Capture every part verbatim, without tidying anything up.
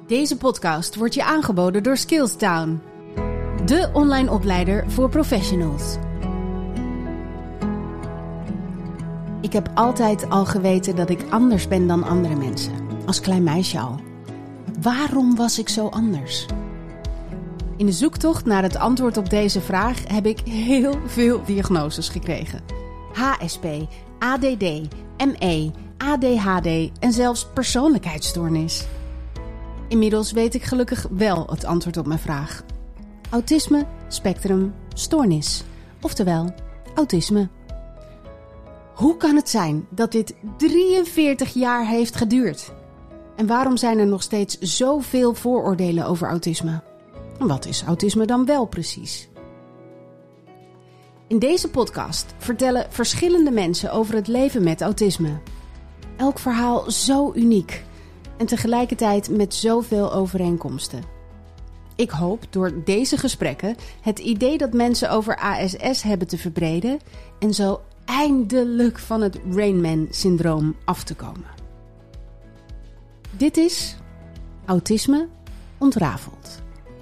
Deze podcast wordt je aangeboden door Skillstown, de online opleider voor professionals. Ik heb altijd al geweten dat ik anders ben dan andere mensen. Als klein meisje al. Waarom was ik zo anders? In de zoektocht naar het antwoord op deze vraag heb ik heel veel diagnoses gekregen. H S P, A D D, M E, A D H D en zelfs persoonlijkheidsstoornis. Inmiddels weet ik gelukkig wel het antwoord op mijn vraag. Autisme, spectrum, stoornis. Oftewel, autisme. Hoe kan het zijn dat dit drieënveertig jaar heeft geduurd? En waarom zijn er nog steeds zoveel vooroordelen over autisme? En wat is autisme dan wel precies? In deze podcast vertellen verschillende mensen over het leven met autisme. Elk verhaal zo uniek en tegelijkertijd met zoveel overeenkomsten. Ik hoop door deze gesprekken het idee dat mensen over A S S hebben te verbreden en zo eindelijk van het Rain Man-syndroom af te komen. Dit is Autisme ontrafeld.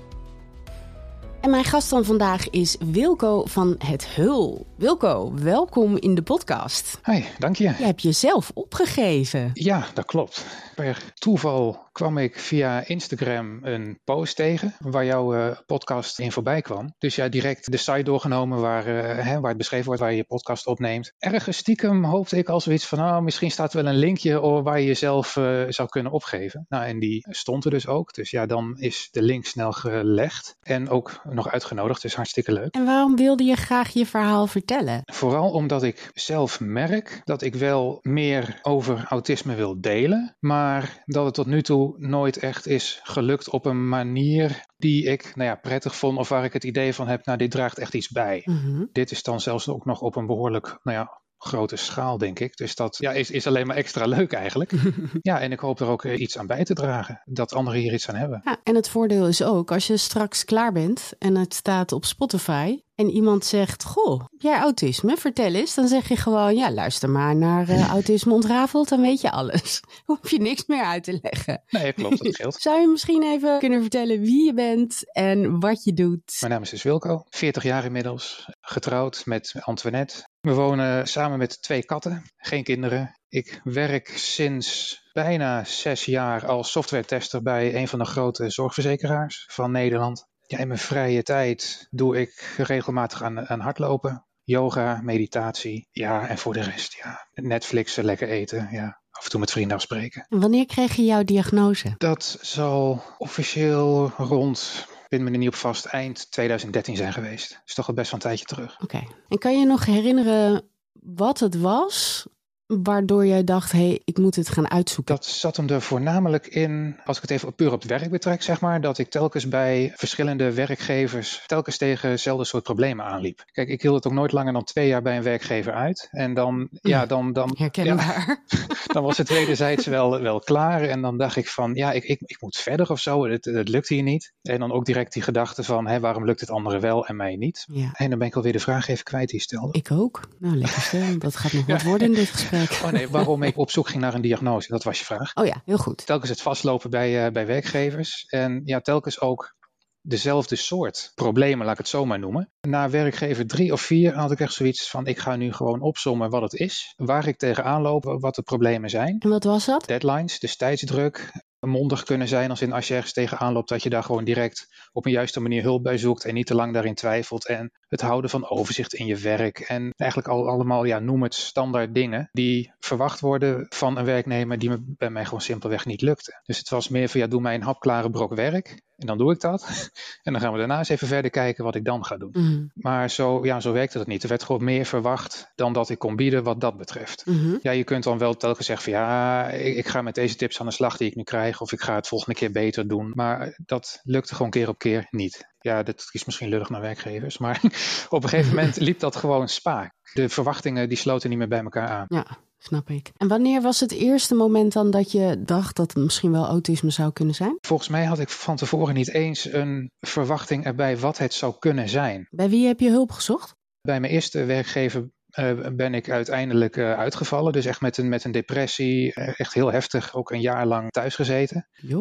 En mijn gast van vandaag is Wilco van het Heul. Wilco, welkom in de podcast. Hi, dank je. Je hebt jezelf opgegeven. Ja, dat klopt. Per toeval kwam ik via Instagram een post tegen waar jouw uh, podcast in voorbij kwam. Dus ja, direct de site doorgenomen waar, uh, hè, waar het beschreven wordt waar je je podcast opneemt. Ergens stiekem hoopte ik al zoiets van, oh, misschien staat er wel een linkje waar je jezelf uh, zou kunnen opgeven. Nou, en die stond er dus ook. Dus ja, dan is de link snel gelegd en ook nog uitgenodigd. Dus hartstikke leuk. En waarom wilde je graag je verhaal vertellen? Vooral omdat ik zelf merk dat ik wel meer over autisme wil delen, maar dat het tot nu toe nooit echt is gelukt op een manier die ik nou ja, prettig vond of waar ik het idee van heb, nou dit draagt echt iets bij. Mm-hmm. Dit is dan zelfs ook nog op een behoorlijk, nou ja, grote schaal, denk ik. Dus dat ja, is, is alleen maar extra leuk eigenlijk. Ja, en ik hoop er ook uh, iets aan bij te dragen. Dat anderen hier iets aan hebben. Ja, en het voordeel is ook, als je straks klaar bent en het staat op Spotify en iemand zegt, goh, heb jij autisme? Vertel eens. Dan zeg je gewoon, ja, luister maar naar uh, Autisme ontrafeld. Dan weet je alles. Hoef je niks meer uit te leggen. Nee, klopt, dat scheelt. Zou je misschien even kunnen vertellen wie je bent en wat je doet? Mijn naam is dus Wilco, veertig jaar inmiddels. Getrouwd met Antoinette. We wonen samen met twee katten, geen kinderen. Ik werk sinds bijna zes jaar als softwaretester bij een van de grote zorgverzekeraars van Nederland. Ja, in mijn vrije tijd doe ik regelmatig aan, aan hardlopen, yoga, meditatie. Ja, en voor de rest, ja, Netflixen, lekker eten, ja. Af en toe met vrienden afspreken. En wanneer kreeg je jouw diagnose? Dat zal officieel rond, ik ben me er niet op vast, eind twintig dertien zijn geweest. Dat is toch al best wel een tijdje terug. Oké. Okay. En kan je nog herinneren wat het was waardoor jij dacht, hé, hey, ik moet het gaan uitzoeken? Dat zat hem er voornamelijk in, als ik het even puur op het werk betrek, zeg maar, dat ik telkens bij verschillende werkgevers telkens tegen hetzelfde soort problemen aanliep. Kijk, ik hield het ook nooit langer dan twee jaar bij een werkgever uit. En dan, ja, dan... dan Herkenbaar. Ja, dan was het wederzijds wel, wel klaar. En dan dacht ik van, ja, ik, ik, ik moet verder of zo. Het, het lukt hier niet. En dan ook direct die gedachte van, hé, waarom lukt het anderen wel en mij niet? Ja. En dan ben ik alweer de vraag even kwijt die je stelde. Ik ook. Nou, lekker stil. Dat gaat nog wat ja. worden in dit gesprek. Oh nee, waarom ik op zoek ging naar een diagnose, dat was je vraag. Oh ja, heel goed. Telkens het vastlopen bij, uh, bij werkgevers en ja, telkens ook dezelfde soort problemen, laat ik het zo maar noemen. Na werkgever drie of vier had ik echt zoiets van, ik ga nu gewoon opsommen wat het is, waar ik tegenaan loop, wat de problemen zijn. En wat was dat? Deadlines, dus tijdsdruk, mondig kunnen zijn als in als je ergens tegenaan loopt, dat je daar gewoon direct op een juiste manier hulp bij zoekt en niet te lang daarin twijfelt. En het houden van overzicht in je werk en eigenlijk al, allemaal, ja, noem het standaard dingen die verwacht worden van een werknemer die me bij mij gewoon simpelweg niet lukte. Dus het was meer van, ja, doe mij een hapklare brok werk en dan doe ik dat. En dan gaan we daarna eens even verder kijken wat ik dan ga doen. Mm. Maar zo, ja, zo werkte het niet. Er werd gewoon meer verwacht dan dat ik kon bieden wat dat betreft. Mm-hmm. Ja, je kunt dan wel telkens zeggen van, ja, ik, ik ga met deze tips aan de slag die ik nu krijg of ik ga het volgende keer beter doen. Maar dat lukte gewoon keer op keer niet. Ja, dat is misschien lullig naar werkgevers, maar op een gegeven moment liep dat gewoon spaak. De verwachtingen die sloten niet meer bij elkaar aan. Ja, snap ik. En wanneer was het eerste moment dan dat je dacht dat het misschien wel autisme zou kunnen zijn? Volgens mij had ik van tevoren niet eens een verwachting erbij wat het zou kunnen zijn. Bij wie heb je hulp gezocht? Bij mijn eerste werkgever uh, ben ik uiteindelijk uh, uitgevallen. Dus echt met een, met een depressie, uh, echt heel heftig, ook een jaar lang thuis gezeten. Joh.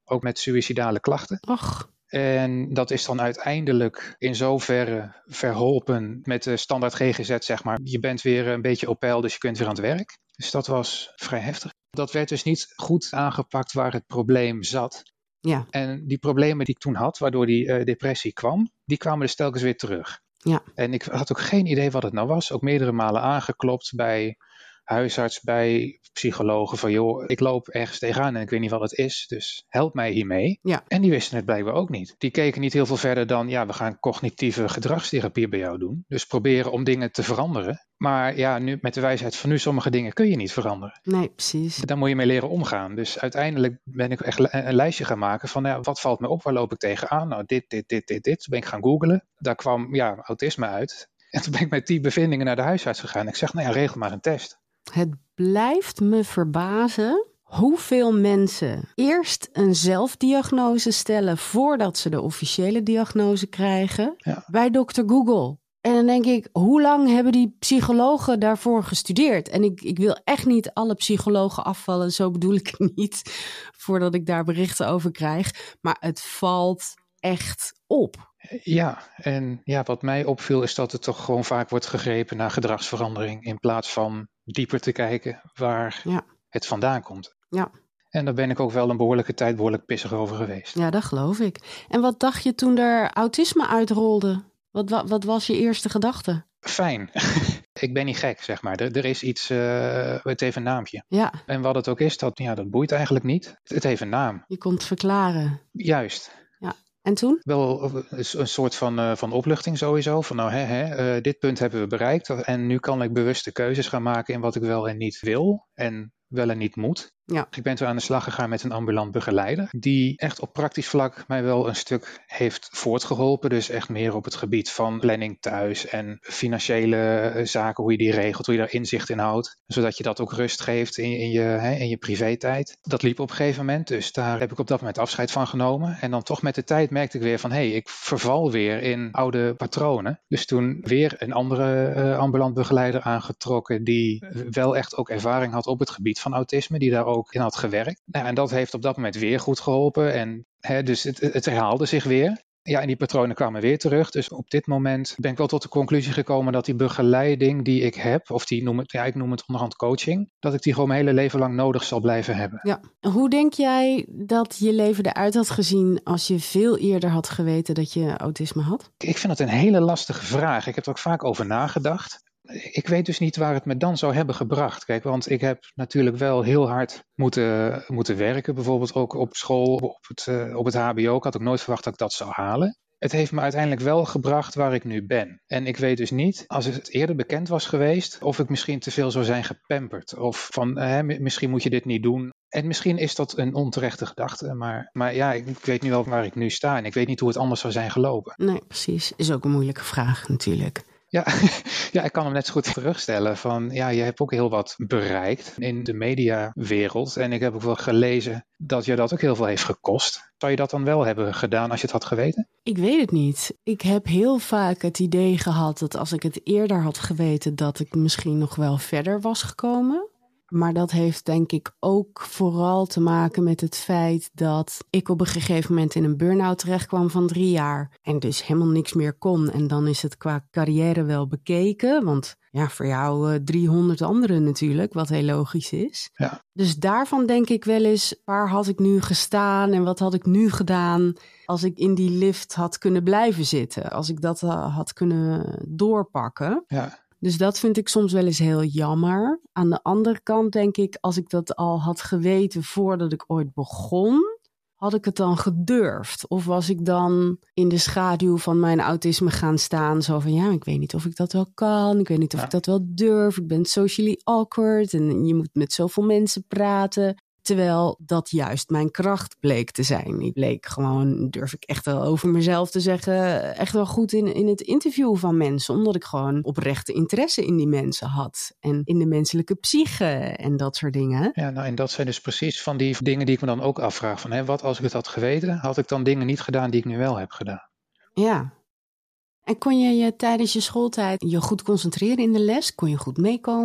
ook met suïcidale klachten. Och. En dat is dan uiteindelijk in zoverre verholpen met de standaard G G Z, zeg maar. Je bent weer een beetje op peil, dus je kunt weer aan het werk. Dus dat was vrij heftig. Dat werd dus niet goed aangepakt waar het probleem zat. Ja. En die problemen die ik toen had, waardoor die uh, depressie kwam, die kwamen dus telkens weer terug. Ja. En ik had ook geen idee wat het nou was. Ook meerdere malen aangeklopt bij huisarts, bij psychologen van joh, ik loop ergens tegenaan en ik weet niet wat het is, dus help mij hiermee. Ja. En die wisten het blijkbaar ook niet. Die keken niet heel veel verder dan, ja, we gaan cognitieve gedragstherapie bij jou doen. Dus proberen om dingen te veranderen. Maar ja, nu met de wijsheid van nu, sommige dingen kun je niet veranderen. Nee, precies. Daar moet je mee leren omgaan. Dus uiteindelijk ben ik echt een lijstje gaan maken van, ja, wat valt me op, waar loop ik tegenaan? Nou, dit, dit, dit, dit, dit. Toen ben ik gaan googlen. Daar kwam, ja, autisme uit. En toen ben ik met die bevindingen naar de huisarts gegaan. Ik zeg, nou ja, regel maar een test. Het blijft me verbazen hoeveel mensen eerst een zelfdiagnose stellen voordat ze de officiële diagnose krijgen Ja. bij dokter Google. En dan denk ik, hoe lang hebben die psychologen daarvoor gestudeerd? En ik, ik wil echt niet alle psychologen afvallen, zo bedoel ik het niet, voordat ik daar berichten over krijg. Maar het valt echt op. Ja, en ja, wat mij opviel is dat er toch gewoon vaak wordt gegrepen naar gedragsverandering in plaats van dieper te kijken waar Ja. het vandaan komt. Ja. En daar ben ik ook wel een behoorlijke tijd behoorlijk pissig over geweest. Ja, dat geloof ik. En wat dacht je toen er autisme uitrolde? Wat, wat, wat was je eerste gedachte? Fijn. Ik ben niet gek, zeg maar. Er, er is iets, uh, het heeft een naampje. Ja. En wat het ook is, dat, ja, dat boeit eigenlijk niet. Het heeft een naam. Je kon het verklaren. Juist. Ja. En toen? Wel een soort van, uh, van opluchting sowieso. Van nou, hè, hè, uh, dit punt hebben we bereikt. En nu kan ik bewuste keuzes gaan maken in wat ik wel en niet wil. En wel en niet moet. Ja. Ik ben toen aan de slag gegaan met een ambulant begeleider. Die echt op praktisch vlak mij wel een stuk heeft voortgeholpen. Dus echt meer op het gebied van planning thuis. En financiële zaken, hoe je die regelt. Hoe je daar inzicht in houdt. Zodat je dat ook rust geeft in, in, je, hè, in je privé-tijd. Dat liep op een gegeven moment. Dus daar heb ik op dat moment afscheid van genomen. En dan toch met de tijd merkte ik weer van... hé, hey, ik verval weer in oude patronen. Dus toen weer een andere uh, ambulant begeleider aangetrokken. Die wel echt ook ervaring had op het gebied van autisme. Die daar ook in had gewerkt. Nou, en dat heeft op dat moment weer goed geholpen. En hè, dus het, het herhaalde zich weer. Ja, en die patronen kwamen weer terug. Dus op dit moment ben ik wel tot de conclusie gekomen dat die begeleiding die ik heb, of die noem het, ja, ik noem het onderhand coaching, dat ik die gewoon mijn hele leven lang nodig zal blijven hebben. Ja. Hoe denk jij dat je leven eruit had gezien als je veel eerder had geweten dat je autisme had? Ik vind het een hele lastige vraag. Ik heb er ook vaak over nagedacht. Ik weet dus niet waar het me dan zou hebben gebracht. Kijk, want ik heb natuurlijk wel heel hard moeten, moeten werken. Bijvoorbeeld ook op school, op het, uh, op het H B O. Ik had ook nooit verwacht dat ik dat zou halen. Het heeft me uiteindelijk wel gebracht waar ik nu ben. En ik weet dus niet, als het eerder bekend was geweest, of ik misschien te veel zou zijn gepamperd. Of van, uh, misschien moet je dit niet doen. En misschien is dat een onterechte gedachte. Maar, maar ja, ik, ik weet nu wel waar ik nu sta. En ik weet niet hoe het anders zou zijn gelopen. Nee, precies. Is ook een moeilijke vraag natuurlijk. Ja, ja, ik kan hem net zo goed terugstellen van, ja, je hebt ook heel wat bereikt in de mediawereld. En ik heb ook wel gelezen dat je dat ook heel veel heeft gekost. Zou je dat dan wel hebben gedaan als je het had geweten? Ik weet het niet. Ik heb heel vaak het idee gehad dat als ik het eerder had geweten, dat ik misschien nog wel verder was gekomen. Maar dat heeft denk ik ook vooral te maken met het feit dat ik op een gegeven moment in een burn-out terecht kwam van drie jaar. En dus helemaal niks meer kon. En dan is het qua carrière wel bekeken. Want ja, voor jou uh, driehonderd anderen natuurlijk, wat heel logisch is. Ja. Dus daarvan denk ik wel eens, waar had ik nu gestaan en wat had ik nu gedaan als ik in die lift had kunnen blijven zitten. Als ik dat uh, had kunnen doorpakken. Ja. Dus dat vind ik soms wel eens heel jammer. Aan de andere kant denk ik, als ik dat al had geweten voordat ik ooit begon, had ik het dan gedurfd? Of was ik dan in de schaduw van mijn autisme gaan staan? Zo van, ja, ik weet niet of ik dat wel kan. Ik weet niet of ja. ik dat wel durf. Ik ben socially awkward en je moet met zoveel mensen praten. Terwijl dat juist mijn kracht bleek te zijn. Ik bleek gewoon, durf ik echt wel over mezelf te zeggen, echt wel goed in, in het interviewen van mensen. Omdat ik gewoon oprechte interesse in die mensen had. En in de menselijke psyche en dat soort dingen. Ja, nou en dat zijn dus precies van die dingen die ik me dan ook afvraag. Van, hè, wat als ik het had geweten, had ik dan dingen niet gedaan die ik nu wel heb gedaan? Ja. En kon je je tijdens je schooltijd je goed concentreren in de les? Kon je goed meekomen?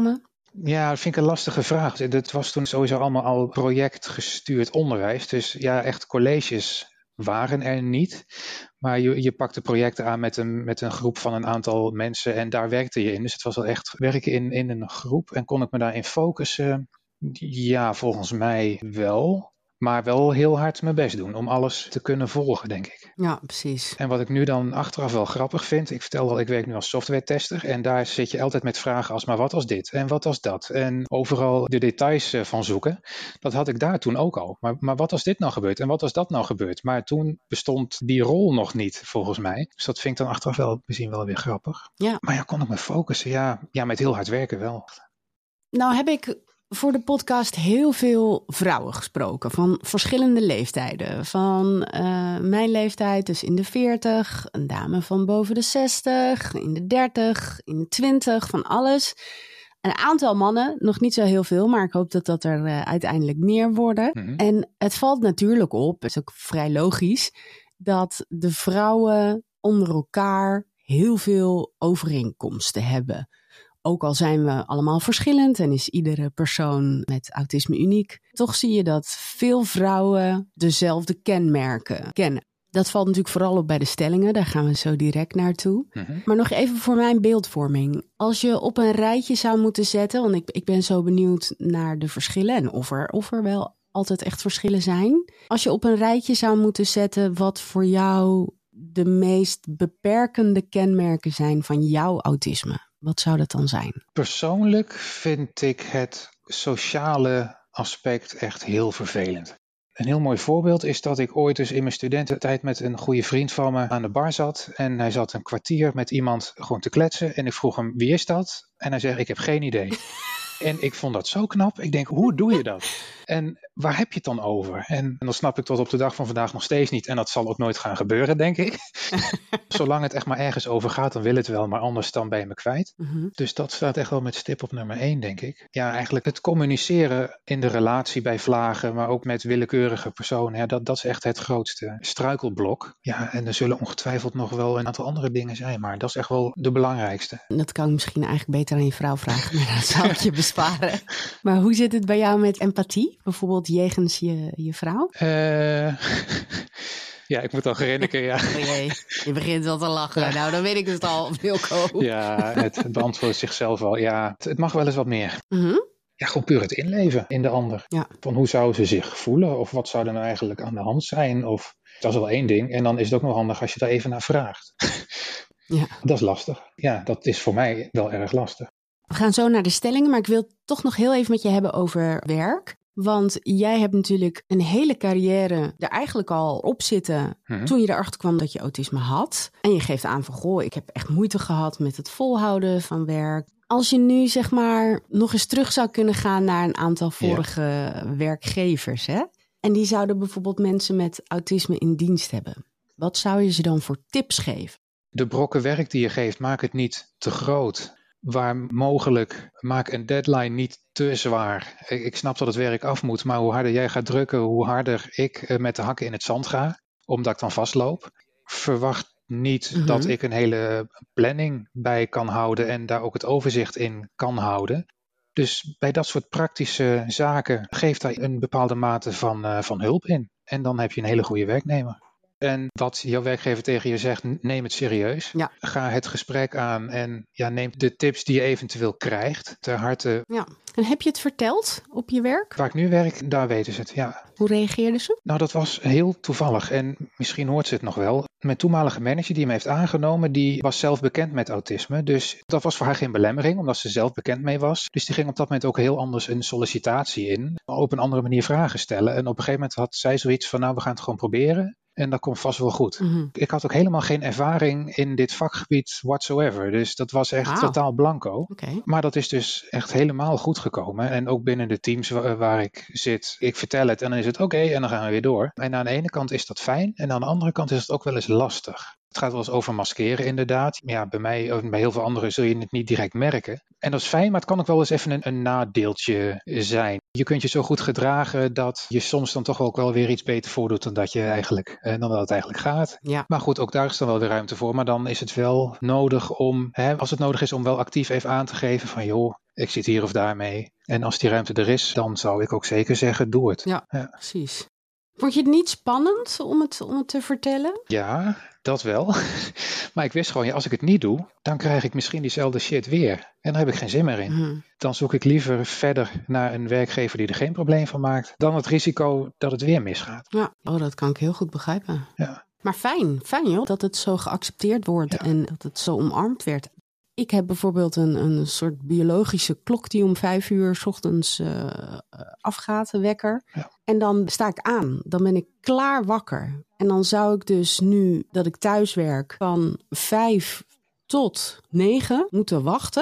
Ja, dat vind ik een lastige vraag. Het was toen sowieso allemaal al projectgestuurd onderwijs. Dus ja, echt colleges waren er niet. Maar je, je pakte projecten aan met een, met een groep van een aantal mensen en daar werkte je in. Dus het was wel echt werken in, in een groep. En kon ik me daarin focussen? Ja, volgens mij wel. Maar wel heel hard mijn best doen om alles te kunnen volgen, denk ik. Ja, precies. En wat ik nu dan achteraf wel grappig vind, ik vertel al, ik werk nu als softwaretester en daar zit je altijd met vragen als, maar wat was dit en wat was dat? En overal de details uh, van zoeken. Dat had ik daar toen ook al. Maar, maar wat was dit nou gebeurd en wat was dat nou gebeurd? Maar toen bestond die rol nog niet, volgens mij. Dus dat vind ik dan achteraf wel misschien wel weer grappig. Ja. Maar ja, kon ik me focussen? Ja, ja, met heel hard werken wel. Nou heb ik voor de podcast heel veel vrouwen gesproken van verschillende leeftijden. Van uh, mijn leeftijd, dus in de veertig, een dame van boven de zestig, in de dertig, in de twintig, van alles. Een aantal mannen, nog niet zo heel veel, maar ik hoop dat dat er uh, uiteindelijk meer worden. Mm-hmm. En het valt natuurlijk op, het is ook vrij logisch, dat de vrouwen onder elkaar heel veel overeenkomsten hebben. Ook al zijn we allemaal verschillend en is iedere persoon met autisme uniek, toch zie je dat veel vrouwen dezelfde kenmerken kennen. Dat valt natuurlijk vooral op bij de stellingen, daar gaan we zo direct naartoe. Mm-hmm. Maar nog even voor mijn beeldvorming. Als je op een rijtje zou moeten zetten, want ik, ik ben zo benieuwd naar de verschillen en of er, of er wel altijd echt verschillen zijn. Als je op een rijtje zou moeten zetten wat voor jou de meest beperkende kenmerken zijn van jouw autisme. Wat zou dat dan zijn? Persoonlijk vind ik het sociale aspect echt heel vervelend. Een heel mooi voorbeeld is dat ik ooit dus in mijn studententijd met een goede vriend van me aan de bar zat. En hij zat een kwartier met iemand gewoon te kletsen. En ik vroeg hem, wie is dat? En hij zegt, ik heb geen idee. En ik vond dat zo knap. Ik denk, hoe doe je dat? En waar heb je het dan over? En dan snap ik tot op de dag van vandaag nog steeds niet. En dat zal ook nooit gaan gebeuren, denk ik. Zolang het echt maar ergens over gaat, dan wil het wel. Maar anders dan ben je me kwijt. Mm-hmm. Dus dat staat echt wel met stip op nummer één, denk ik. Ja, eigenlijk het communiceren in de relatie bij vlagen, maar ook met willekeurige personen. Ja, dat, dat is echt het grootste struikelblok. Ja, en er zullen ongetwijfeld nog wel een aantal andere dingen zijn. Maar dat is echt wel de belangrijkste. Dat kan ik misschien eigenlijk beter aan je vrouw vragen. Maar dat zou ik je besparen. Maar hoe zit het bij jou met empathie? Bijvoorbeeld jegens je, je vrouw? Uh, ja, ik moet al grinniken, ja. Oh jee, je begint al te lachen. Ja. Nou, dan weet ik het al, Wilco. Ja, het, het beantwoordt zichzelf al. Ja, het, het mag wel eens wat meer. Mm-hmm. Ja, gewoon puur het inleven in de ander. Ja. Van hoe zou ze zich voelen? Of wat zou er nou eigenlijk aan de hand zijn? Of dat is wel één ding. En dan is het ook nog handig als je daar even naar vraagt. Ja. Dat is lastig. Ja, dat is voor mij wel erg lastig. We gaan zo naar de stellingen, maar ik wil toch nog heel even met je hebben over werk. Want jij hebt natuurlijk een hele carrière er eigenlijk al op zitten hmm. toen je erachter kwam dat je autisme had. En je geeft aan van, goh, ik heb echt moeite gehad met het volhouden van werk. Als je nu zeg maar nog eens terug zou kunnen gaan naar een aantal vorige ja. werkgevers, hè? En die zouden bijvoorbeeld mensen met autisme in dienst hebben. Wat zou je ze dan voor tips geven? De brokken werk die je geeft, maak het niet te groot. Waar mogelijk, maak een deadline niet te zwaar. Ik snap dat het werk af moet, maar hoe harder jij gaat drukken, hoe harder ik met de hakken in het zand ga, omdat ik dan vastloop. Verwacht niet mm-hmm. dat ik een hele planning bij kan houden en daar ook het overzicht in kan houden. Dus bij dat soort praktische zaken geef daar een bepaalde mate van, uh, van hulp in. En dan heb je een hele goede werknemer. En wat jouw werkgever tegen je zegt, neem het serieus. Ja. Ga het gesprek aan en ja, neem de tips die je eventueel krijgt ter harte. Ja. En heb je het verteld op je werk? Waar ik nu werk, daar weten ze het, ja. Hoe reageerden ze? Nou, dat was heel toevallig en misschien hoort ze het nog wel. Mijn toenmalige manager die me heeft aangenomen, die was zelf bekend met autisme. Dus dat was voor haar geen belemmering, omdat ze zelf bekend mee was. Dus die ging op dat moment ook heel anders een sollicitatie in. Op een andere manier vragen stellen. En op een gegeven moment had zij zoiets van, nou, we gaan het gewoon proberen. En dat komt vast wel goed. Mm-hmm. Ik had ook helemaal geen ervaring in dit vakgebied whatsoever. Dus dat was echt wow. totaal blanco. Okay. Maar dat is dus echt helemaal goed gekomen. En ook binnen de teams waar, waar ik zit. Ik vertel het en dan is het oké okay, en dan gaan we weer door. En aan de ene kant is dat fijn. En aan de andere kant is het ook wel eens lastig. Het gaat wel eens over maskeren inderdaad. Ja, bij mij en bij heel veel anderen zul je het niet direct merken. En dat is fijn, maar het kan ook wel eens even een, een nadeeltje zijn. Je kunt je zo goed gedragen dat je soms dan toch ook wel weer iets beter voordoet dan dat je eigenlijk, eh, dan dat het eigenlijk gaat. Ja. Maar goed, ook daar is dan wel weer ruimte voor. Maar dan is het wel nodig om, hè, als het nodig is om wel actief even aan te geven van joh, ik zit hier of daar mee. En als die ruimte er is, dan zou ik ook zeker zeggen, doe het. Ja, ja. Precies. Vond je het niet spannend om het, om het te vertellen? Ja, dat wel. Maar ik wist gewoon, ja, als ik het niet doe, dan krijg ik misschien diezelfde shit weer. En daar heb ik geen zin meer in. Hmm. Dan zoek ik liever verder naar een werkgever die er geen probleem van maakt, dan het risico dat het weer misgaat. Ja, oh, dat kan ik heel goed begrijpen. Ja. Maar fijn, fijn joh, dat het zo geaccepteerd wordt ja. en dat het zo omarmd werd. Ik heb bijvoorbeeld een, een soort biologische klok die om vijf uur 's ochtends uh, afgaat, een wekker. Ja. En dan sta ik aan. Dan ben ik klaar wakker. En dan zou ik dus nu dat ik thuis werk van vijf tot negen moeten wachten.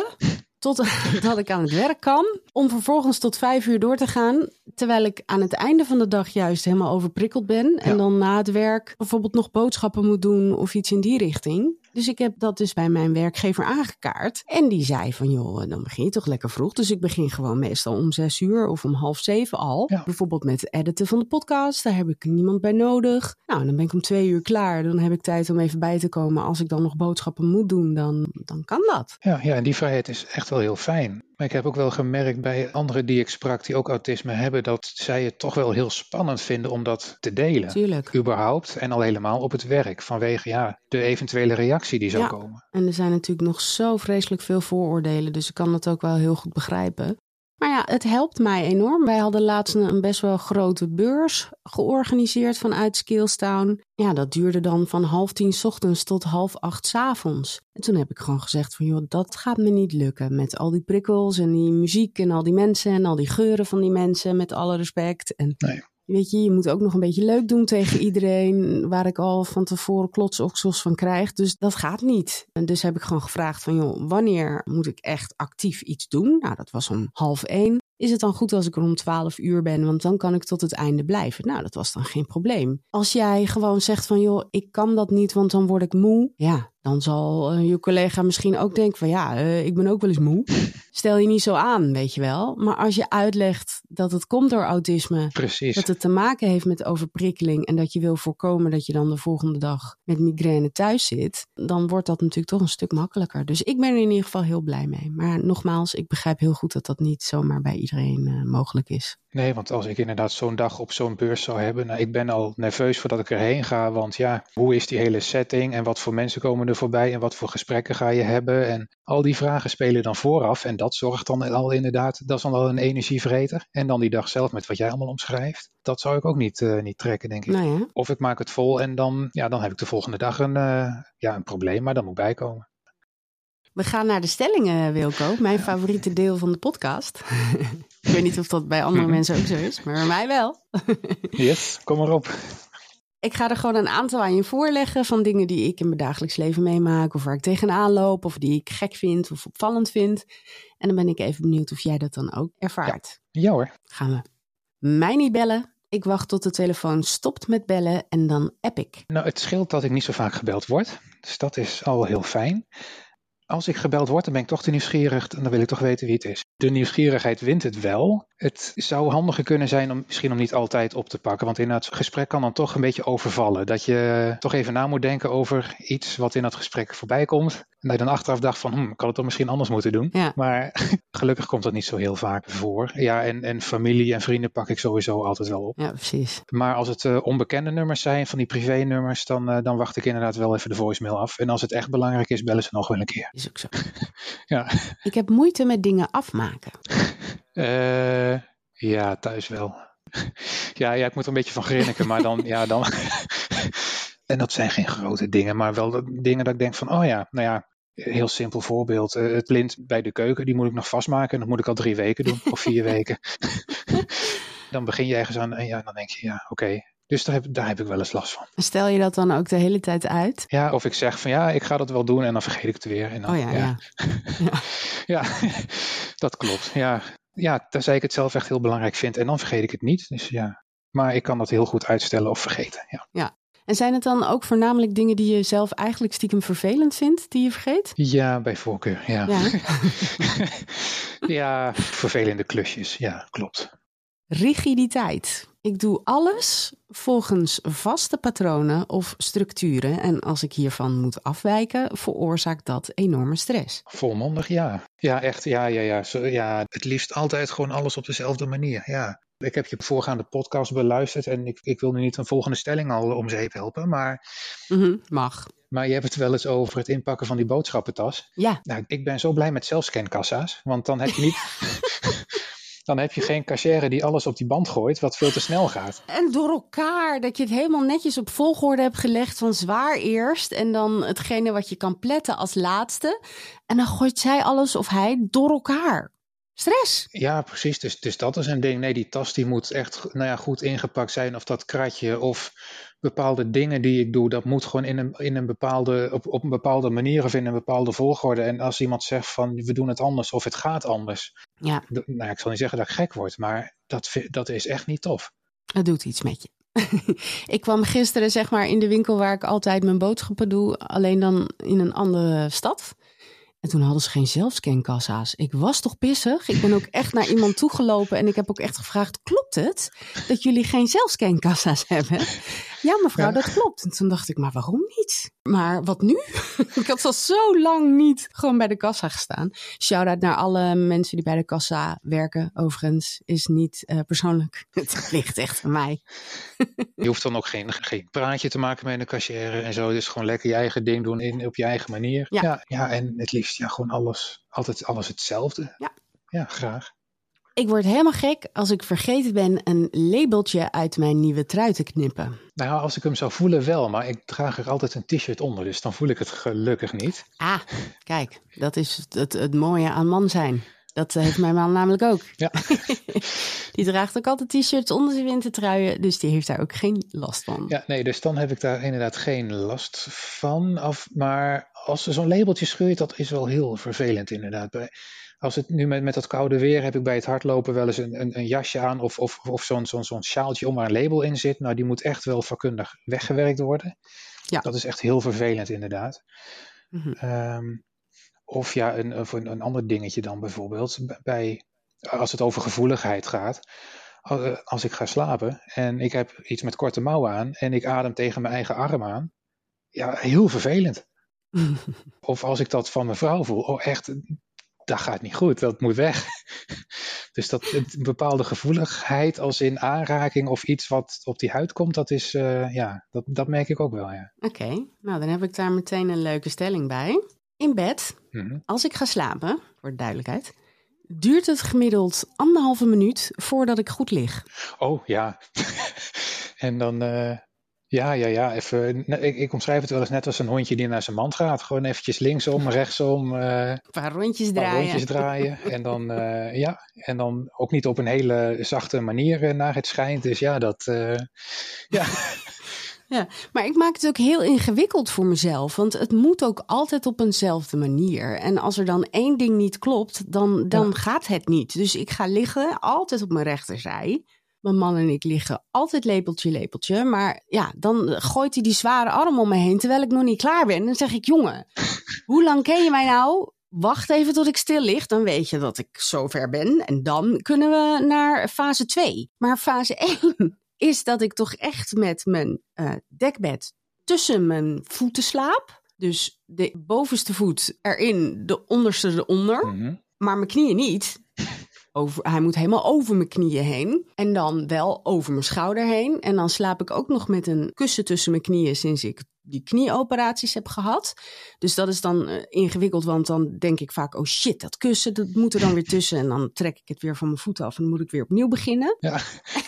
Totdat ik aan het werk kan. Om vervolgens tot vijf uur door te gaan. Terwijl ik aan het einde van de dag juist helemaal overprikkeld ben. Ja. En dan na het werk bijvoorbeeld nog boodschappen moet doen of iets in die richting. Dus ik heb dat dus bij mijn werkgever aangekaart. En die zei van joh, dan begin je toch lekker vroeg. Dus ik begin gewoon meestal om zes uur of om half zeven al. Ja. Bijvoorbeeld met het editen van de podcast. Daar heb ik niemand bij nodig. Nou, dan ben ik om twee uur klaar. Dan heb ik tijd om even bij te komen. Als ik dan nog boodschappen moet doen, dan, dan kan dat. Ja, ja, en die vrijheid is echt wel heel fijn. Maar ik heb ook wel gemerkt bij anderen die ik sprak die ook autisme hebben, dat zij het toch wel heel spannend vinden om dat te delen. Tuurlijk. Überhaupt en al helemaal op het werk. Vanwege ja, de eventuele reactie die zou ja. komen. En er zijn natuurlijk nog zo vreselijk veel vooroordelen. Dus ik kan dat ook wel heel goed begrijpen. Maar ja, het helpt mij enorm. Wij hadden laatst een best wel grote beurs georganiseerd vanuit Skillstown. Ja, dat duurde dan van half tien 's ochtends tot half acht 's avonds. En toen heb ik gewoon gezegd van joh, dat gaat me niet lukken. Met al die prikkels en die muziek en al die mensen en al die geuren van die mensen, met alle respect. En nee. Weet je, je moet ook nog een beetje leuk doen tegen iedereen, waar ik al van tevoren klotsoksels van krijg. Dus dat gaat niet. En dus heb ik gewoon gevraagd van joh, wanneer moet ik echt actief iets doen? Nou, dat was om half één. Is het dan goed als ik er om twaalf uur ben? Want dan kan ik tot het einde blijven. Nou, dat was dan geen probleem. Als jij gewoon zegt van joh, ik kan dat niet, want dan word ik moe. Ja, dan zal uh, je collega misschien ook denken van ja, uh, ik ben ook wel eens moe. Stel je niet zo aan, weet je wel. Maar als je uitlegt dat het komt door autisme. Precies. Dat het te maken heeft met overprikkeling. En dat je wil voorkomen dat je dan de volgende dag met migraine thuis zit. Dan wordt dat natuurlijk toch een stuk makkelijker. Dus ik ben er in ieder geval heel blij mee. Maar nogmaals, ik begrijp heel goed dat dat niet zomaar bij iedereen uh, mogelijk is. Nee, want als ik inderdaad zo'n dag op zo'n beurs zou hebben. Nou, ik ben al nerveus voordat ik erheen ga. Want ja, hoe is die hele setting? En wat voor mensen komen er voorbij? En wat voor gesprekken ga je hebben? En al die vragen spelen dan vooraf. En dat zorgt dan al inderdaad, dat is dan al een energievreter. En dan die dag zelf met wat jij allemaal omschrijft. Dat zou ik ook niet, uh, niet trekken, denk ik. Nou ja. Of ik maak het vol en dan, ja, dan heb ik de volgende dag een, uh, ja, een probleem. Maar dat moet bijkomen. We gaan naar de stellingen, Wilco. Mijn favoriete deel van de podcast. Ik weet niet of dat bij andere mensen ook zo is, maar bij mij wel. Yes, kom maar op. Ik ga er gewoon een aantal aan je voorleggen van dingen die ik in mijn dagelijks leven meemaak. Of waar ik tegenaan loop, of die ik gek vind of opvallend vind. En dan ben ik even benieuwd of jij dat dan ook ervaart. Ja, ja hoor. Gaan we. Mij niet bellen. Ik wacht tot de telefoon stopt met bellen en dan app ik. Nou, het scheelt dat ik niet zo vaak gebeld word. Dus dat is al heel fijn. Als ik gebeld word, dan ben ik toch te nieuwsgierig en dan wil ik toch weten wie het is. De nieuwsgierigheid wint het wel. Het zou handiger kunnen zijn om misschien om niet altijd op te pakken. Want in het gesprek kan dan toch een beetje overvallen. Dat je toch even na moet denken over iets wat in dat gesprek voorbij komt. En dat je dan achteraf dacht van, hm, ik had het dan misschien anders moeten doen. Ja. Maar gelukkig komt dat niet zo heel vaak voor. Ja, en, en familie en vrienden pak ik sowieso altijd wel op. Ja, precies. Maar als het uh, onbekende nummers zijn, van die privé-nummers, dan, uh, dan wacht ik inderdaad wel even de voicemail af. En als het echt belangrijk is, bellen ze nog wel een keer. Is ook zo. Ja. Ik heb moeite met dingen afmaken. Uh, ja, thuis wel. ja, ja, ik moet er een beetje van grinniken, maar dan, ja, dan... En dat zijn geen grote dingen, maar wel dingen dat ik denk van, oh ja, nou ja, heel simpel voorbeeld. Uh, het lint bij de keuken, die moet ik nog vastmaken en dat moet ik al drie weken doen, of vier weken. Dan begin je ergens aan en ja, dan denk je, ja, oké. Okay. Dus daar heb, daar heb ik wel eens last van. Stel je dat dan ook de hele tijd uit? Ja, of ik zeg van ja, ik ga dat wel doen en dan vergeet ik het weer. En dan, oh ja, ja. Ja. ja. ja, dat klopt. Ja. ja, tenzij ik het zelf echt heel belangrijk vind en dan vergeet ik het niet. Dus ja, maar ik kan dat heel goed uitstellen of vergeten. Ja. ja. En zijn het dan ook voornamelijk dingen die je zelf eigenlijk stiekem vervelend vindt, die je vergeet? Ja, bij voorkeur, ja. Ja. Ja, vervelende klusjes, ja, klopt. Rigiditeit. Ik doe alles volgens vaste patronen of structuren. En als ik hiervan moet afwijken, veroorzaakt dat enorme stress. Volmondig, ja. Ja, echt, ja, ja, ja. Zo, ja. Het liefst altijd gewoon alles op dezelfde manier, ja. Ik heb je voorgaande podcast beluisterd en ik, ik wil nu niet een volgende stelling al om zeep helpen, maar... Mm-hmm, mag. Maar je hebt het wel eens over het inpakken van die boodschappentas. Ja. Nou, ik ben zo blij met zelfscankassa's, want dan heb je niet... Dan heb je geen cashier die alles op die band gooit, wat veel te snel gaat. En door elkaar, dat je het helemaal netjes op volgorde hebt gelegd van zwaar eerst. En dan hetgene wat je kan pletten als laatste. En dan gooit zij alles of hij door elkaar. Stress. Ja, precies. Dus, dus dat is een ding. Nee, die tas die moet echt nou ja, goed ingepakt zijn. Of dat kratje of bepaalde dingen die ik doe. Dat moet gewoon in een, in een bepaalde, op, op een bepaalde manier of in een bepaalde volgorde. En als iemand zegt van we doen het anders of het gaat anders. Ja. D- nou, ik zal niet zeggen dat ik gek word, maar dat, dat is echt niet tof. Het doet iets met je. Ik kwam gisteren zeg maar in de winkel waar ik altijd mijn boodschappen doe. Alleen dan in een andere stad. En toen hadden ze geen zelfscankassa's. Ik was toch pissig? Ik ben ook echt naar iemand toegelopen en ik heb ook echt gevraagd, klopt het dat jullie geen zelfscankassa's hebben? Ja mevrouw, ja. Dat klopt. En toen dacht ik, maar waarom niet? Maar wat nu? Ik had al zo lang niet gewoon bij de kassa gestaan. Shout-out naar alle mensen die bij de kassa werken. Overigens is niet uh, persoonlijk. Het ligt echt aan mij. Je hoeft dan ook geen, geen praatje te maken met een cashier en zo. Dus gewoon lekker je eigen ding doen in, op je eigen manier. Ja, ja, ja en het liefst ja, gewoon alles, altijd alles hetzelfde. Ja. Ja, graag. Ik word helemaal gek als ik vergeten ben een labeltje uit mijn nieuwe trui te knippen. Nou, als ik hem zou voelen wel, maar ik draag er altijd een t-shirt onder, dus dan voel ik het gelukkig niet. Ah, kijk, dat is het, het mooie aan man zijn. Dat heeft mijn man namelijk ook. Ja. Die draagt ook altijd t-shirts onder zijn wintertruien, dus die heeft daar ook geen last van. Ja, nee, dus dan heb ik daar inderdaad geen last van. Of, maar als er zo'n labeltje scheurt, dat is wel heel vervelend inderdaad. Bij, als het nu met, met dat koude weer heb ik bij het hardlopen wel eens een, een, een jasje aan of, of, of zo'n, zo'n, zo'n sjaaltje om waar een label in zit. Nou, die moet echt wel vakkundig weggewerkt worden. Ja. Dat is echt heel vervelend inderdaad. Mm-hmm. Um, of ja, een, of een, een ander dingetje dan bijvoorbeeld. Bij, als het over gevoeligheid gaat. Als ik ga slapen en ik heb iets met korte mouwen aan en ik adem tegen mijn eigen arm aan. Ja, heel vervelend. Of als ik dat van mijn vrouw voel. Oh echt, dat gaat niet goed. Dat moet weg. Dus dat een bepaalde gevoeligheid als in aanraking of iets wat op die huid komt. Dat is, uh, ja, dat, dat merk ik ook wel, ja. Oké, okay, nou dan heb ik daar meteen een leuke stelling bij. In bed, mm-hmm. als ik ga slapen, voor de duidelijkheid, duurt het gemiddeld anderhalve minuut voordat ik goed lig. Oh, ja. En dan, uh, ja, ja, ja, even, ik, ik omschrijf het wel eens net als een hondje die naar zijn mand gaat. Gewoon eventjes linksom, rechtsom. Uh, een paar rondjes een draaien. Paar rondjes draaien. En dan, uh, ja, en dan ook niet op een hele zachte manier uh, naar het schijnt. Dus ja, dat, uh, ja... Ja, maar ik maak het ook heel ingewikkeld voor mezelf. Want het moet ook altijd op eenzelfde manier. En als er dan één ding niet klopt, dan, dan ja. gaat het niet. Dus ik ga liggen, altijd op mijn rechterzij. Mijn man en ik liggen altijd lepeltje, lepeltje. Maar ja, dan gooit hij die zware arm om me heen, terwijl ik nog niet klaar ben. Dan zeg ik, jongen, hoe lang ken je mij nou? Wacht even tot ik stil lig, dan weet je dat ik zover ben. En dan kunnen we naar fase twee. Maar fase één... is dat ik toch echt met mijn uh, dekbed tussen mijn voeten slaap. Dus de bovenste voet erin, de onderste eronder. Mm-hmm. Maar mijn knieën niet. Over, hij moet helemaal over mijn knieën heen. En dan wel over mijn schouder heen. En dan slaap ik ook nog met een kussen tussen mijn knieën sinds ik die knieoperaties heb gehad. Dus dat is dan uh, ingewikkeld, want dan denk ik vaak, oh shit, dat kussen, dat moet er dan weer tussen. En dan trek ik het weer van mijn voeten af en dan moet ik weer opnieuw beginnen. Ja.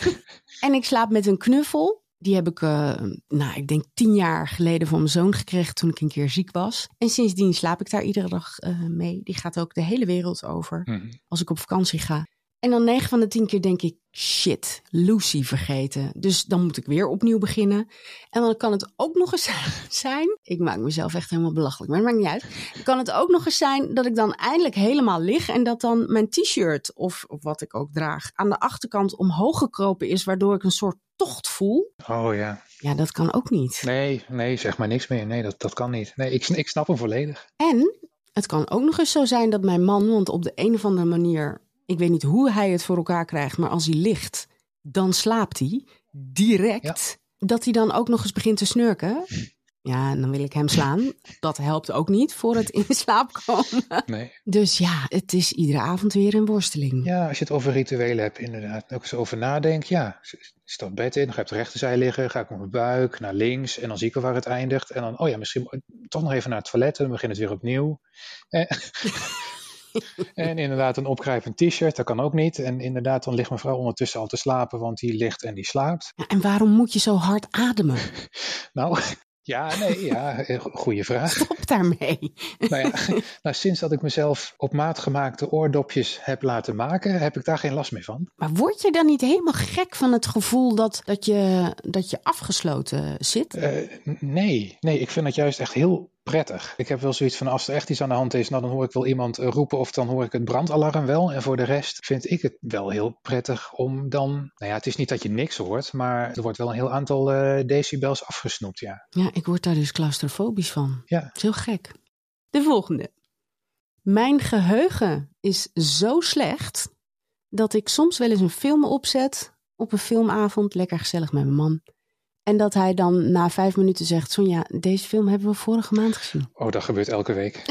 En ik slaap met een knuffel. Die heb ik, uh, nou, ik denk tien jaar geleden van mijn zoon gekregen toen ik een keer ziek was. En sindsdien slaap ik daar iedere dag uh, mee. Die gaat ook de hele wereld over mm. als ik op vakantie ga. En dan negen van de tien keer denk ik, shit, Lucy vergeten. Dus dan moet ik weer opnieuw beginnen. En dan kan het ook nog eens zijn, ik maak mezelf echt helemaal belachelijk, maar het maakt niet uit. Dan kan het ook nog eens zijn dat ik dan eindelijk helemaal lig en dat dan mijn t-shirt of, of wat ik ook draag aan de achterkant omhoog gekropen is, waardoor ik een soort hartstocht voel. Oh ja. Ja, dat kan ook niet. Nee, nee, zeg maar niks meer. Nee, dat, dat kan niet. Nee, ik, ik snap hem volledig. En het kan ook nog eens zo zijn dat mijn man, want op de een of andere manier, ik weet niet hoe hij het voor elkaar krijgt, maar als hij ligt, dan slaapt hij direct. Ja. Dat hij dan ook nog eens begint te snurken. Ja, en dan wil ik hem slaan. Dat helpt ook niet voor het in slaap komen. Nee. Dus ja, het is iedere avond weer een worsteling. Ja, als je het over rituelen hebt, inderdaad. Ook eens over nadenk, ja, stap bed in, dan ga ik op de rechterzij liggen, ga ik op mijn buik, naar links en dan zie ik al waar het eindigt. En dan, oh ja, misschien toch nog even naar het toilet en dan begint het weer opnieuw. En, en inderdaad een opkruipend t-shirt, dat kan ook niet. En inderdaad, dan ligt mijn vrouw ondertussen al te slapen, want die ligt en die slaapt. Ja, en waarom moet je zo hard ademen? Nou... Ja, nee, ja, goede vraag. Stop daarmee. Nou ja, nou, sinds dat ik mezelf op maat gemaakte oordopjes heb laten maken, heb ik daar geen last meer van. Maar word je dan niet helemaal gek van het gevoel dat, dat, je, dat je afgesloten zit? Uh, nee, nee, ik vind het juist echt heel prettig. Ik heb wel zoiets van, als er echt iets aan de hand is, nou, dan hoor ik wel iemand roepen of dan hoor ik het brandalarm wel. En voor de rest vind ik het wel heel prettig om dan... Nou ja, het is niet dat je niks hoort, maar er wordt wel een heel aantal uh, decibels afgesnoept, ja. Ja, ik word daar dus claustrofobisch van. Ja. Dat is heel gek. De volgende. Mijn geheugen is zo slecht dat ik soms wel eens een film opzet op een filmavond, lekker gezellig met mijn man. En dat hij dan na vijf minuten zegt, Sonja, deze film hebben we vorige maand gezien. Oh, dat gebeurt elke week.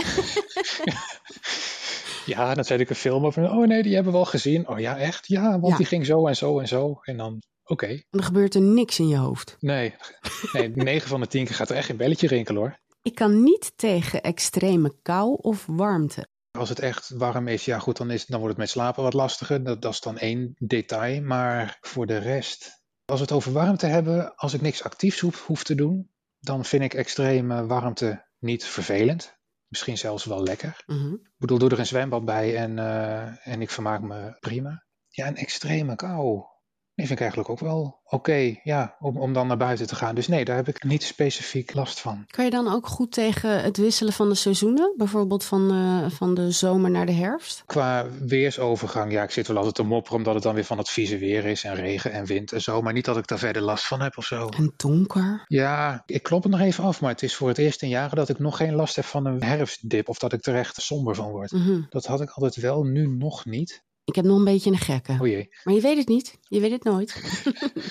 Ja, dan zet ik een film op en oh nee, die hebben we al gezien. Oh ja, echt? Ja, want ja. Die ging zo en zo en zo. En dan, oké. Okay. En dan gebeurt er niks in je hoofd. Nee, nee negen van de tien keer gaat er echt geen belletje rinkelen hoor. Ik kan niet tegen extreme kou of warmte. Als het echt warm is, ja goed, dan, is, dan wordt het met slapen wat lastiger. Dat, dat is dan één detail. Maar voor de rest... Als we het over warmte hebben, als ik niks actiefs hoef, hoef te doen, dan vind ik extreme warmte niet vervelend. Misschien zelfs wel lekker. Mm-hmm. Ik bedoel, doe er een zwembad bij en, uh, en ik vermaak me prima. Ja, een extreme kou. Die vind ik eigenlijk ook wel oké, okay, ja, om, om dan naar buiten te gaan. Dus nee, daar heb ik niet specifiek last van. Kan je dan ook goed tegen het wisselen van de seizoenen? Bijvoorbeeld van, uh, van de zomer naar de herfst? Qua weersovergang, ja, ik zit wel altijd te mopperen omdat het dan weer van het vieze weer is en regen en wind en zo. Maar niet dat ik daar verder last van heb of zo. En donker? Ja, ik klop het nog even af, maar het is voor het eerst in jaren dat ik nog geen last heb van een herfstdip of dat ik er echt somber van word. Mm-hmm. Dat had ik altijd wel, nu nog niet. Ik heb nog een beetje een gekke. O jee. Maar je weet het niet. Je weet het nooit.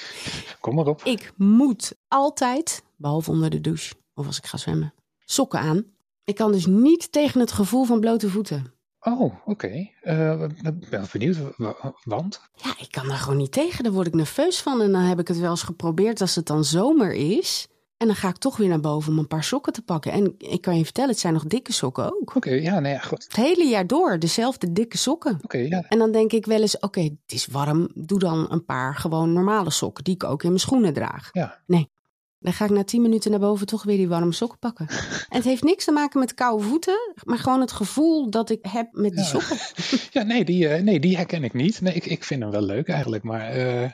Kom maar op. Ik moet altijd, behalve onder de douche of als ik ga zwemmen, sokken aan. Ik kan dus niet tegen het gevoel van blote voeten. Oh, oké. Okay. Uh, ik ben benieuwd, want? Ja, ik kan daar gewoon niet tegen. Daar word ik nerveus van. En dan heb ik het wel eens geprobeerd als het dan zomer is. En dan ga ik toch weer naar boven om een paar sokken te pakken. En ik kan je vertellen, het zijn nog dikke sokken ook. Oké, okay, ja, nee, ja, goed. Het hele jaar door, dezelfde dikke sokken. Oké, okay, ja. En dan denk ik wel eens, oké, okay, het is warm. Doe dan een paar gewoon normale sokken die ik ook in mijn schoenen draag. Ja. Nee, dan ga ik na tien minuten naar boven toch weer die warme sokken pakken. En het heeft niks te maken met koude voeten, maar gewoon het gevoel dat ik heb met die ja. sokken. Ja, nee die, uh, nee, die herken ik niet. Nee, ik, ik vind hem wel leuk eigenlijk, maar... Uh...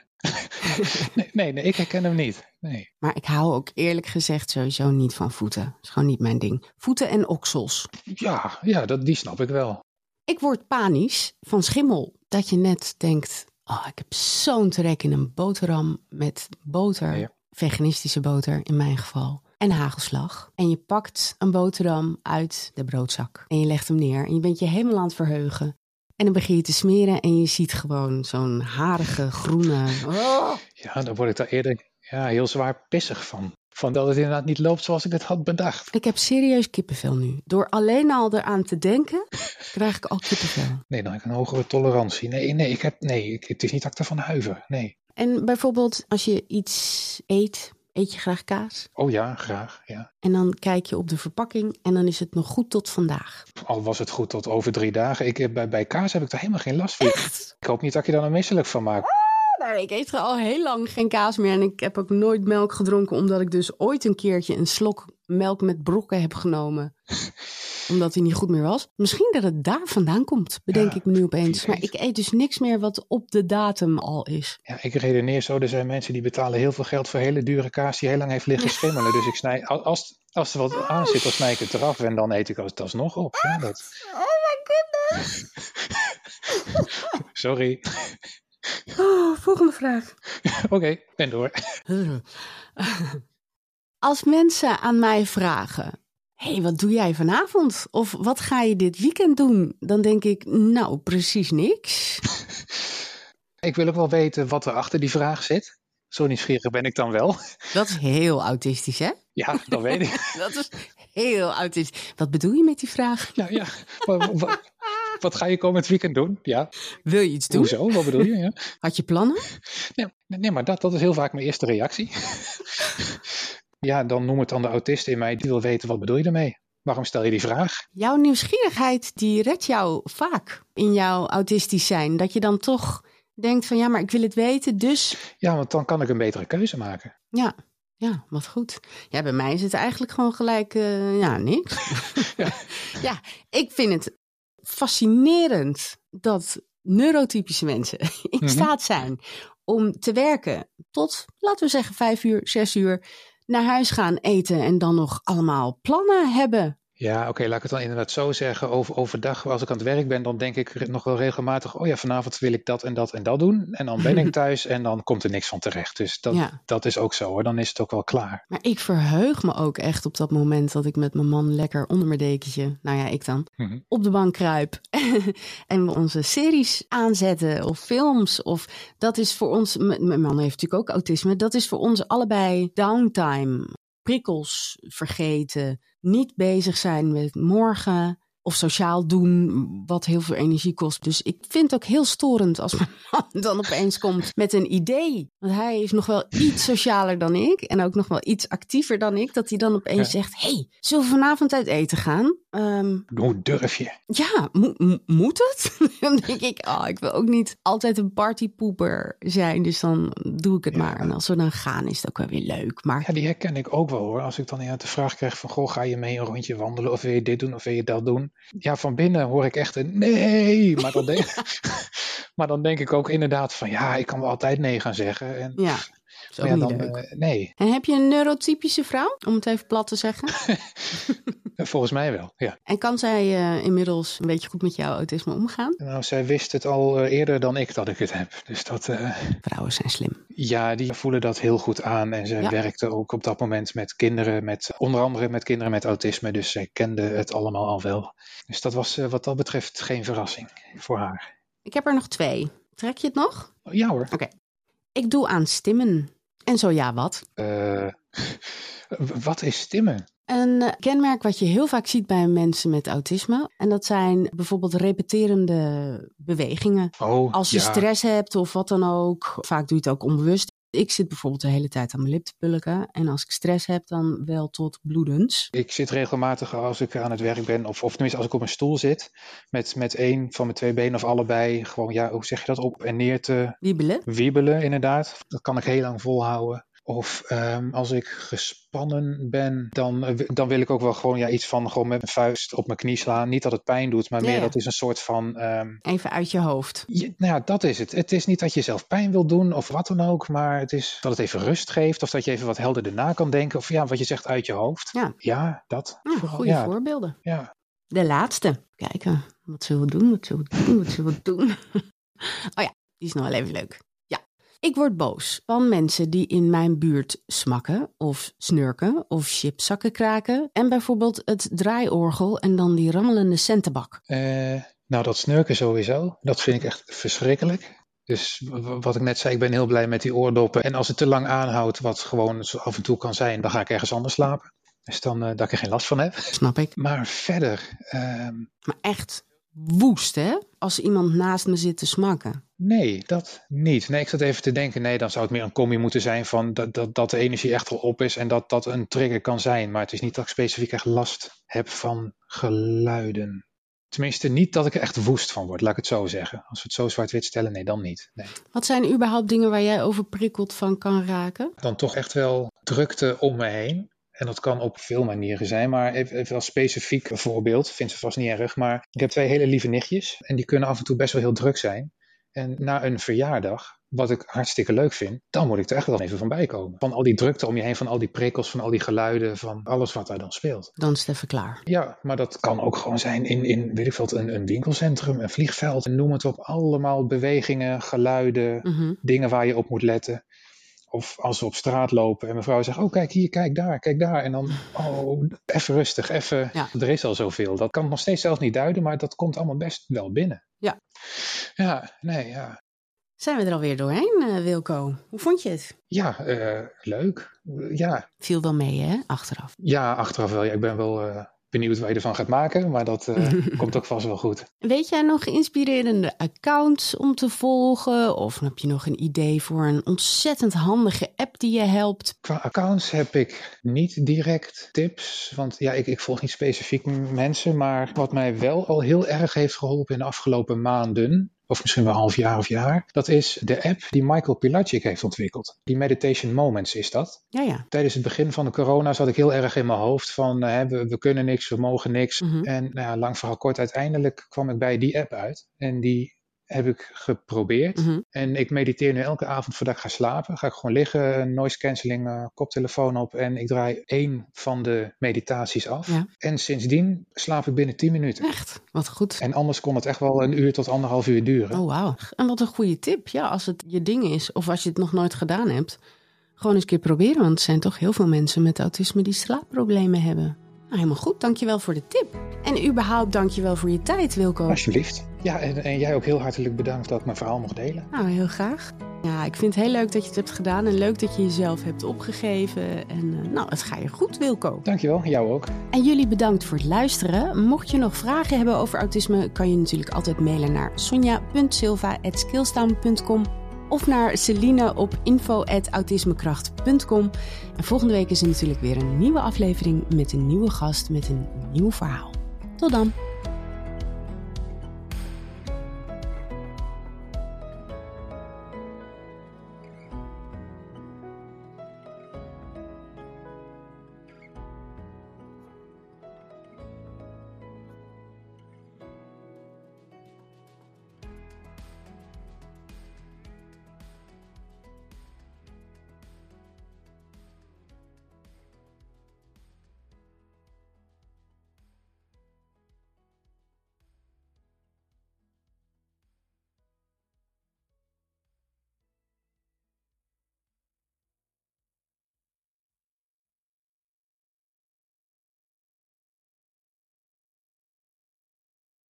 nee, nee, nee, ik herken hem niet. Nee. Maar ik hou ook eerlijk gezegd sowieso niet van voeten. Dat is gewoon niet mijn ding. Voeten en oksels. Ja, ja dat, die snap ik wel. Ik word panisch van schimmel. Dat je net denkt, oh, ik heb zo'n trek in een boterham met boter. Ja. Veganistische boter in mijn geval. En hagelslag. En je pakt een boterham uit de broodzak. En je legt hem neer. En je bent je helemaal aan het verheugen. En dan begin je te smeren en je ziet gewoon zo'n harige, groene... Oh. Ja, dan word ik daar eerder ja, heel zwaar pissig van. Van dat het inderdaad niet loopt zoals ik het had bedacht. Ik heb serieus kippenvel nu. Door alleen al eraan te denken, krijg ik al kippenvel. Nee, dan heb ik een hogere tolerantie. Nee, nee, ik heb, nee ik, het is niet dat ik ervan huiver. Nee. En bijvoorbeeld als je iets eet... Eet je graag kaas? Oh ja, graag, ja. En dan kijk je op de verpakking en dan is het nog goed tot vandaag. Al was het goed tot over drie dagen. Ik, bij, bij kaas heb ik daar helemaal geen last van. Echt? Ik hoop niet dat je daar een misselijk van maakt. Ah, nou, ik eet al heel lang geen kaas meer en ik heb ook nooit melk gedronken... omdat ik dus ooit een keertje een slok melk met brokken heb genomen... omdat hij niet goed meer was. Misschien dat het daar vandaan komt, bedenk ja, ik me nu opeens. Maar ik eet dus niks meer wat op de datum al is. Ja, ik redeneer zo, er zijn mensen die betalen heel veel geld voor hele dure kaas die heel lang heeft liggen schimmelen. Dus ik snij, als, als er wat aan zit, dan snij ik het eraf en dan eet ik het alsnog op. Ja, dat... Oh my goodness. Sorry. Oh, volgende vraag. Oké, okay, en door. Als mensen aan mij vragen, hé, hey, wat doe jij vanavond? Of wat ga je dit weekend doen? Dan denk ik, nou, precies niks. Ik wil ook wel weten wat er achter die vraag zit. Zo nieuwsgierig ben ik dan wel. Dat is heel autistisch, hè? Ja, dat weet ik. Dat is heel autistisch. Wat bedoel je met die vraag? Ja, ja. Wat, wat, wat ga je komend weekend doen? Ja. Wil je iets doen? Hoezo? Wat bedoel je? Ja. Had je plannen? Nee, nee maar dat, dat is heel vaak mijn eerste reactie. Ja, dan noem het dan de autist in mij. Die wil weten, wat bedoel je ermee? Waarom stel je die vraag? Jouw nieuwsgierigheid, die redt jou vaak in jouw autistisch zijn. Dat je dan toch denkt van, ja, maar ik wil het weten, dus... Ja, want dan kan ik een betere keuze maken. Ja, ja, wat goed. Ja, bij mij is het eigenlijk gewoon gelijk, uh, ja, niks. ja. ja, ik vind het fascinerend dat neurotypische mensen in mm-hmm. staat zijn om te werken tot, laten we zeggen, vijf uur, zes uur, naar huis gaan eten en dan nog allemaal plannen hebben. Ja, oké, okay, laat ik het dan inderdaad zo zeggen. Over, overdag, als ik aan het werk ben, dan denk ik nog wel regelmatig, oh ja, vanavond wil ik dat en dat en dat doen. En dan ben ik thuis en dan komt er niks van terecht. Dus dat, ja. dat is ook zo hoor, dan is het ook wel klaar. Maar ik verheug me ook echt op dat moment dat ik met mijn man lekker onder mijn dekentje, nou ja, ik dan, mm-hmm. op de bank kruip. en we onze series aanzetten of films. Of dat is voor ons, m- mijn man heeft natuurlijk ook autisme, dat is voor ons allebei downtime. Prikkels vergeten, niet bezig zijn met morgen of sociaal doen wat heel veel energie kost. Dus ik vind het ook heel storend als mijn man dan opeens komt met een idee. Want hij is nog wel iets socialer dan ik en ook nog wel iets actiever dan ik. Dat hij dan opeens ja. zegt, hey, zullen we vanavond uit eten gaan? Um, Hoe durf je? Ja, mo- mo- moet het? Dan denk ik, oh, ik wil ook niet altijd een partypoeper zijn. Dus dan doe ik het ja. maar. En als we dan gaan is het ook wel weer leuk. Maar... Ja, die herken ik ook wel hoor. Als ik dan ja, de vraag krijg van, goh, ga je mee een rondje wandelen? Of wil je dit doen? Of wil je dat doen? Ja, van binnen hoor ik echt een nee. Maar dan denk, maar dan denk ik ook inderdaad van, ja, ik kan wel altijd nee gaan zeggen. En, ja. Zo ja, dan, uh, nee. En heb je een neurotypische vrouw, om het even plat te zeggen? Volgens mij wel, ja. En kan zij uh, inmiddels een beetje goed met jouw autisme omgaan? Nou, zij wist het al uh, eerder dan ik dat ik het heb. Dus dat, uh, Vrouwen zijn slim. Ja, die voelen dat heel goed aan. En zij ja. werkte ook op dat moment met kinderen, met, onder andere met kinderen met autisme. Dus zij kende het allemaal al wel. Dus dat was uh, wat dat betreft geen verrassing voor haar. Ik heb er nog twee. Trek je het nog? Ja hoor. Oké. Okay. Ik doe aan stimmen. En zo ja, wat? Uh, wat is stimmen? Een kenmerk wat je heel vaak ziet bij mensen met autisme. En dat zijn bijvoorbeeld repeterende bewegingen. Oh, Als je ja. stress hebt of wat dan ook. Vaak doe je het ook onbewust. Ik zit bijvoorbeeld de hele tijd aan mijn lip te pulken. En als ik stress heb, dan wel tot bloedens. Ik zit regelmatig als ik aan het werk ben, of, of tenminste als ik op een stoel zit, met, met één van mijn twee benen of allebei, gewoon, ja, hoe zeg je dat, op en neer te wiebelen. Wiebelen, inderdaad. Dat kan ik heel lang volhouden. Of um, als ik gespannen ben, dan, dan wil ik ook wel gewoon ja, iets van gewoon met mijn vuist op mijn knie slaan. Niet dat het pijn doet, maar ja, meer dat is een soort van... Um, even uit je hoofd. Je, nou ja, dat is het. Het is niet dat je zelf pijn wil doen of wat dan ook, maar het is dat het even rust geeft of dat je even wat helderder na kan denken. Of ja, wat je zegt, uit je hoofd. Ja, ja dat. Ja, goede ja. voorbeelden. Ja. De laatste. Kijken, wat zullen we doen? Wat zullen we doen? Wat zullen we doen? Oh ja, die is nog wel even leuk. Ik word boos van mensen die in mijn buurt smakken of snurken of chipszakken kraken. En bijvoorbeeld het draaiorgel en dan die rammelende centenbak. Uh, nou, dat snurken sowieso, dat vind ik echt verschrikkelijk. Dus wat ik net zei, ik ben heel blij met die oordoppen. En als het te lang aanhoudt, wat gewoon af en toe kan zijn, dan ga ik ergens anders slapen. Dus dan uh, dat ik er geen last van heb. Snap ik. Maar verder... Uh... Maar echt woest, hè? Als iemand naast me zit te smakken. Nee, dat niet. Nee, ik zat even te denken, nee, dan zou het meer een combie moeten zijn van dat, dat, dat de energie echt al op is en dat dat een trigger kan zijn. Maar het is niet dat ik specifiek echt last heb van geluiden. Tenminste, niet dat ik er echt woest van word, laat ik het zo zeggen. Als we het zo zwart-wit stellen, nee, dan niet. Nee. Wat zijn überhaupt dingen waar jij overprikkeld van kan raken? Dan toch echt wel drukte om me heen. En dat kan op veel manieren zijn, maar even, even als specifiek voorbeeld, vind ze vast niet erg. Maar ik heb twee hele lieve nichtjes en die kunnen af en toe best wel heel druk zijn. En na een verjaardag, wat ik hartstikke leuk vind, dan moet ik er echt wel even van bijkomen. Van al die drukte om je heen, van al die prikkels, van al die geluiden, van alles wat daar dan speelt. Dan is het even klaar. Ja, maar dat kan ook gewoon zijn in, in weet ik veel, een, een winkelcentrum, een vliegveld. Noem het op, allemaal bewegingen, geluiden, mm-hmm. dingen waar je op moet letten. Of als we op straat lopen en mevrouw zegt, oh kijk hier, kijk daar, kijk daar. En dan, oh, even rustig, even, ja. Er is al zoveel. Dat kan ik nog steeds zelf niet duiden, maar dat komt allemaal best wel binnen. Ja. Ja, nee, ja. Zijn we er alweer doorheen, uh, Wilco? Hoe vond je het? Ja, uh, leuk. Uh, ja. Viel wel mee, hè, achteraf? Ja, achteraf wel. Ja, ik ben wel... Uh... benieuwd wat je ervan gaat maken, maar dat uh, komt ook vast wel goed. Weet jij nog inspirerende accounts om te volgen? Of heb je nog een idee voor een ontzettend handige app die je helpt? Qua accounts heb ik niet direct tips, want ja, ik, ik volg niet specifiek mensen, maar wat mij wel al heel erg heeft geholpen in de afgelopen maanden, of misschien wel een half jaar of jaar, dat is de app die Michael Pilacic heeft ontwikkeld. Die Meditation Moments is dat. Ja, ja. Tijdens het begin van de corona zat ik heel erg in mijn hoofd van uh, we, we kunnen niks, we mogen niks. Mm-hmm. En nou ja, lang verhaal kort, uiteindelijk kwam ik bij die app uit. En die heb ik geprobeerd. Mm-hmm. En ik mediteer nu elke avond voordat ik ga slapen. Ga ik gewoon liggen, noise cancelling, uh, koptelefoon op. En ik draai één van de meditaties af. Ja. En sindsdien slaap ik binnen tien minuten. Echt? Wat goed. En anders kon het echt wel een uur tot anderhalf uur duren. Oh, wauw. En wat een goede tip. Ja, als het je ding is of als je het nog nooit gedaan hebt, gewoon eens een keer proberen. Want er zijn toch heel veel mensen met autisme die slaapproblemen hebben. Nou, helemaal goed. Dankjewel voor de tip. En überhaupt dankjewel voor je tijd, Wilco. Alsjeblieft. Ja, en, en jij ook heel hartelijk bedankt dat ik mijn verhaal mocht delen. Nou, heel graag. Ja, ik vind het heel leuk dat je het hebt gedaan en leuk dat je jezelf hebt opgegeven. En uh, nou, het gaat je goed, Wilco. Dankjewel, jou ook. En jullie bedankt voor het luisteren. Mocht je nog vragen hebben over autisme, kan je natuurlijk altijd mailen naar sonja punt silva at skillstown punt com of naar Celine op info at autismekracht punt com. En volgende week is er natuurlijk weer een nieuwe aflevering met een nieuwe gast met een nieuw verhaal. Tot dan!